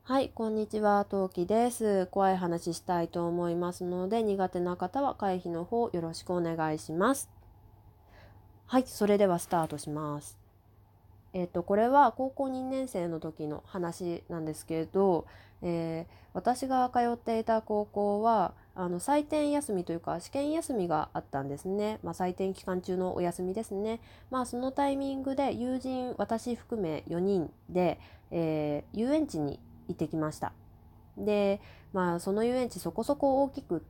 はい、こんにちは、トウキです。怖い話したいと思いますので、苦手な方は回避の方よろしくお願いします。はい、それではスタートします。これは高校2年生の時の話なんですけれど、私が通っていた高校は採点休みというか試験休みがあったんですね。採点期間中のお休みですね。そのタイミングで友人私含め4人で、遊園地に行ってきました。で、その遊園地そこそこ大きくって、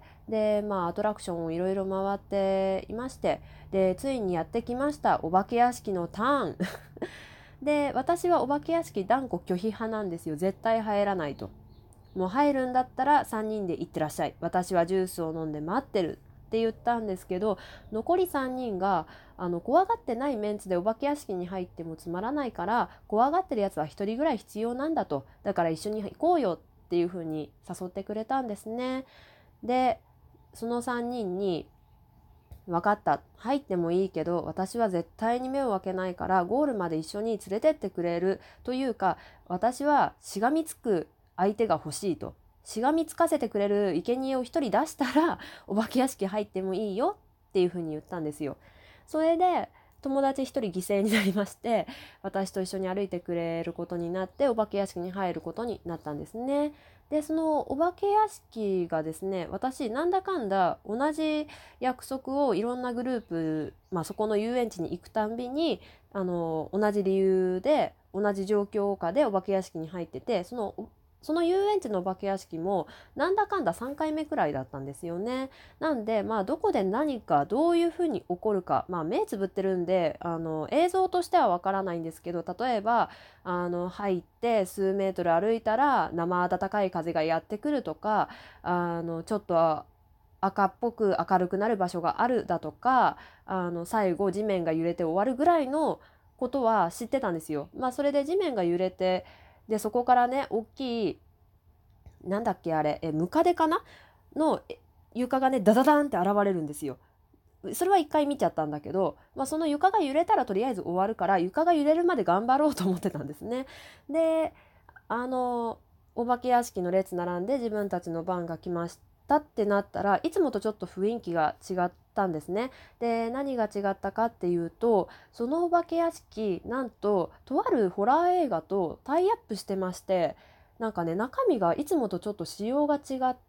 で、アトラクションをいろいろ回っていまして、でついにやってきました、お化け屋敷のターン。で、私はお化け屋敷断固拒否派なんですよ。絶対入らないと。もう入るんだったら3人で行ってらっしゃい、私はジュースを飲んで待ってるって言ったんですけど、残り3人が怖がってないメンツでお化け屋敷に入ってもつまらないから、怖がってるやつは1人ぐらい必要なんだと、だから一緒に行こうよっていう風に誘ってくれたんですね。でその3人に分かった、入ってもいいけど私は絶対に目を開けないからゴールまで一緒に連れてってくれるというか、私はしがみつく相手が欲しいと、しがみつかせてくれる生贄を一人出したらお化け屋敷入ってもいいよっていうふうに言ったんですよ。それで友達一人犠牲になりまして、私と一緒に歩いてくれることになってお化け屋敷に入ることになったんですね。でそのお化け屋敷がですね、私なんだかんだ同じ約束をいろんなグループ、そこの遊園地に行くたんびに同じ理由で同じ状況下でお化け屋敷に入ってて、その遊園地のお化け屋敷もなんだかんだ3回目くらいだったんですよね。なんでどこで何かどういうふうに起こるか、目つぶってるんで映像としてはわからないんですけど、例えば入って数メートル歩いたら生暖かい風がやってくるとか、ちょっと赤っぽく明るくなる場所があるだとか、最後地面が揺れて終わるぐらいのことは知ってたんですよ。それで地面が揺れて、でそこからね大きい、なんだっけあれ、ムカデかなの床がねダダダンって現れるんですよ。それは一回見ちゃったんだけど、その床が揺れたらとりあえず終わるから、床が揺れるまで頑張ろうと思ってたんですね。でお化け屋敷の列並んで自分たちの番が来ましたってなったら、いつもとちょっと雰囲気が違ったんですね。で何が違ったかっていうと、そのお化け屋敷なんととあるホラー映画とタイアップしてまして、なんかね中身がいつもとちょっと仕様が違って、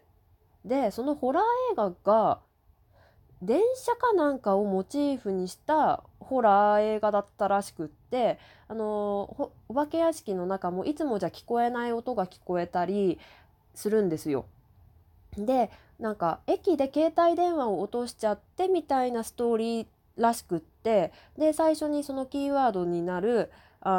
でそのホラー映画が電車かなんかをモチーフにしたホラー映画だったらしくって、お化け屋敷の中もいつもじゃ聞こえない音が聞こえたりするんですよ。でなんか駅で携帯電話を落としちゃってみたいなストーリーらしくって、で最初にそのキーワードになる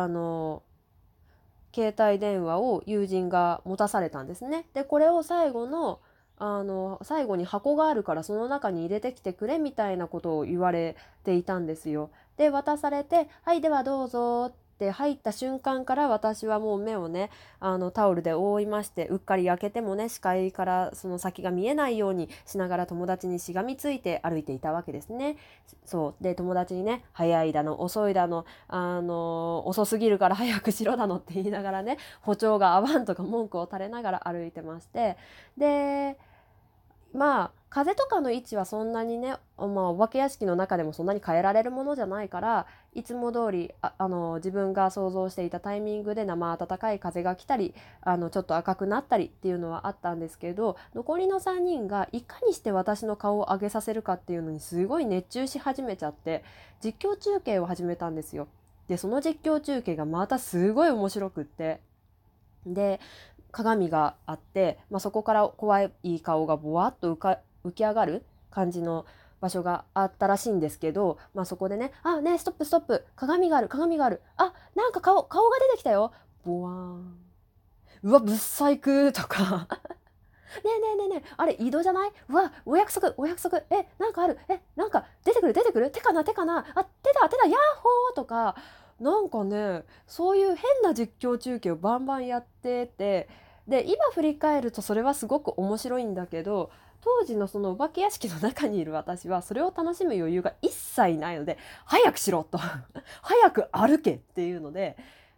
携帯電話を友人が持たされたんですね。でこれを最後に箱があるからその中に入れてきてくれみたいなことを言われていたんですよ。で渡されて、はいではどうぞって入った瞬間から、私はもう目をねタオルで覆いまして、うっかり開けてもね視界からその先が見えないようにしながら友達にしがみついて歩いていたわけですね。そうで友達にね、早いだの遅いだの遅すぎるから早くしろだのって言いながらね、歩調が合わんとか文句を垂れながら歩いてまして、で風とかの位置はそんなにね、お化け屋敷の中でもそんなに変えられるものじゃないから、いつも通り自分が想像していたタイミングで生暖かい風が来たりちょっと赤くなったりっていうのはあったんですけど、残りの3人がいかにして私の顔を上げさせるかっていうのにすごい熱中し始めちゃって、実況中継を始めたんですよ。でその実況中継がまたすごい面白くって、で鏡があって、そこから怖い顔がぼわっと浮き上がる感じの場所があったらしいんですけど、そこでね、あねストップストップ、鏡がある鏡がある、あなんか顔が出てきたよ、ボワーン、うわぶっ細工とかねえねえねえねえ、あれ井戸じゃない、うわお約束お約束、なんかある、なんか出てくる出てくる、手かな手かな、あ手だ手だヤッホーとか、なんかねそういう変な実況中継をバンバンやってて、で今振り返るとそれはすごく面白いんだけど、当時のそのお化け屋敷の中にいる私はそれを楽しむ余裕が一切ないので、早くしろと早く歩けっていうので、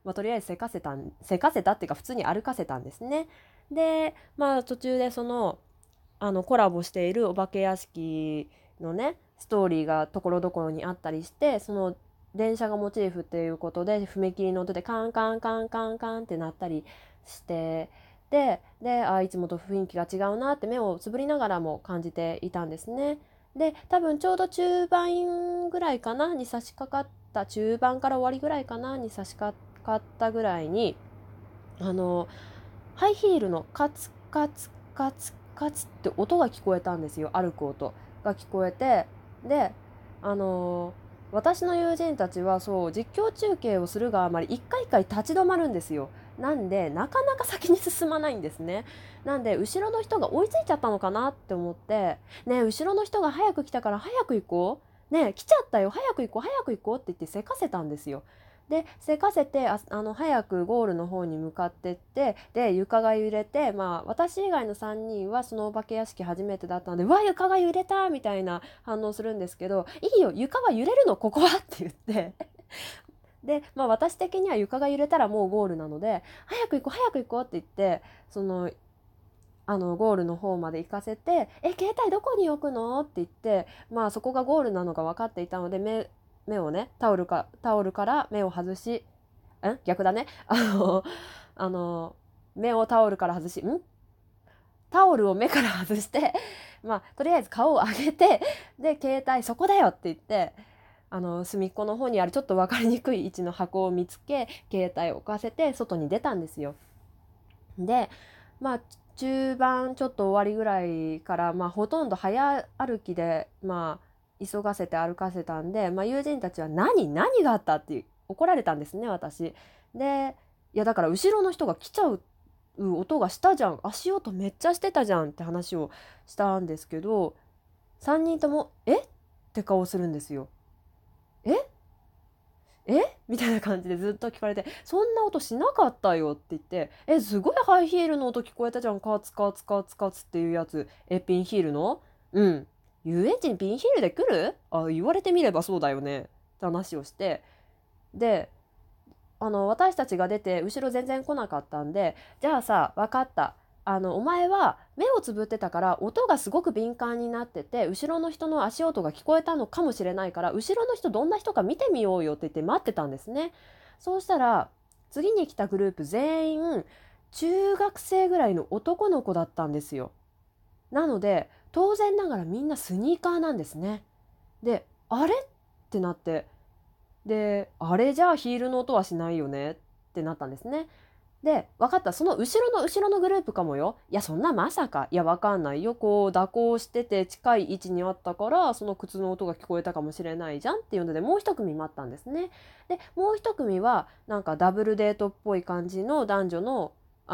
とりあえずせかせたっていうか普通に歩かせたんですね。で途中でそのコラボしているお化け屋敷のねストーリーがところどころにあったりして、その電車がモチーフっていうことで踏切の音でカンカンカンカンカンってなったりして、でいつもと雰囲気が違うなって目をつぶりながらも感じていたんですね。で多分ちょうど中盤ぐらいかなに差し掛かった、中盤から終わりぐらいかなに差し掛かったぐらいにハイヒールのカツカツカツカツって音が聞こえたんですよ。歩く音が聞こえて、で私の友人たちはそう実況中継をするがあまり一回一回立ち止まるんですよ。なんでなかなか先に進まないんですね。なんで後ろの人が追いついちゃったのかなって思って、ねえ後ろの人が早く来たから早く行こう、ねえ来ちゃったよ早く行こう早く行こうって言ってせかせたんですよ。でせかせて早くゴールの方に向かってって、で床が揺れて、私以外の3人はそのお化け屋敷初めてだったので、わ床が揺れたみたいな反応するんですけど、いいよ床は揺れるのここはって言ってで、私的には床が揺れたらもうゴールなので、早く行こう早く行こうって言って、そのゴールの方まで行かせて、携帯どこに置くのって言って、そこがゴールなのが分かっていたので、目をねタオルから目を外し、逆だね目をタオルから外しタオルを目から外してとりあえず顔を上げて、で携帯そこだよって言って、隅っこの方にあるちょっと分かりにくい位置の箱を見つけ、携帯を置かせて外に出たんですよ。で中盤ちょっと終わりぐらいから、ほとんど早歩きで急がせて歩かせたんで、友人たちは何があったって怒られたんですね、私。でいやだから後ろの人が来ちゃう音がしたじゃん、足音めっちゃしてたじゃんって話をしたんですけど、3人ともって顔するんですよ。みたいな感じでずっと聞かれて、そんな音しなかったよって言って、すごいハイヒールの音聞こえたじゃん、カツカツカツカツっていうやつ。ピンヒールの遊園地にピンヒールで来る？言われてみればそうだよねって話をして、で私たちが出て後ろ全然来なかったんで、じゃあさ分かった、お前は目をつぶってたから音がすごく敏感になってて、後ろの人の足音が聞こえたのかもしれないから、後ろの人どんな人か見てみようよって言って待ってたんですね。そうしたら次に来たグループ全員中学生ぐらいの男の子だったんですよ。なので当然ながらみんなスニーカーなんですね。であれってなって、であれじゃあヒールの音はしないよねってなったんですね。で分かった、その後ろのグループかもよ。いやそんなまさか、いや分かんないよ、こう蛇行してて近い位置にあったからその靴の音が聞こえたかもしれないじゃんっていうので、もう一組待ったんですね。でもう一組はなんかダブルデートっぽい感じの男女の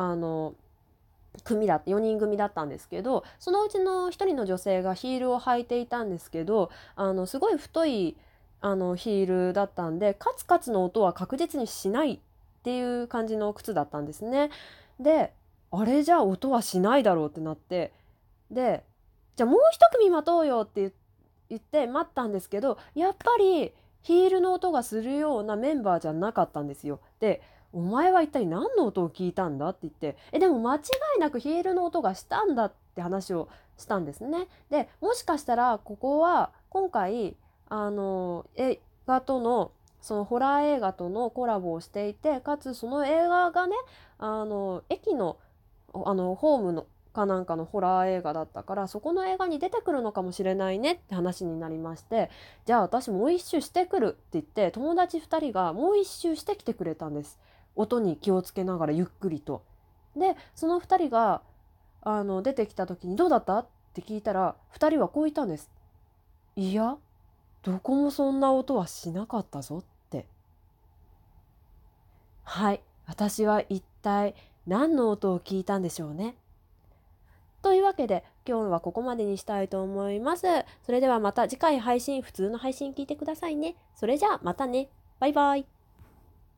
4人組だったんですけど、そのうちの1人の女性がヒールを履いていたんですけど、すごい太いヒールだったんで、カツカツの音は確実にしないっていう感じの靴だったんですね。であれじゃあ音はしないだろうってなって、でじゃあもう一組待とうよって言って待ったんですけど、やっぱりヒールの音がするようなメンバーじゃなかったんですよ。でお前は一体何の音を聞いたんだって言って、でも間違いなくヒールの音がしたんだって話をしたんですね。でもしかしたらここは今回映画とのそのホラー映画とのコラボをしていて、かつその映画がね駅のホームのかなんかのホラー映画だったから、そこの映画に出てくるのかもしれないねって話になりまして、じゃあ私もう一周してくるって言って友達2人がもう一周してきてくれたんです。音に気をつけながらゆっくりと。でその2人が出てきた時にどうだったって聞いたら、2人はこう言ったんです。いやどこもそんな音はしなかったぞって。はい、私は一体何の音を聞いたんでしょうね。というわけで今日はここまでにしたいと思います。それではまた次回配信、普通の配信聞いてくださいね。それじゃあまたね。バイバイ。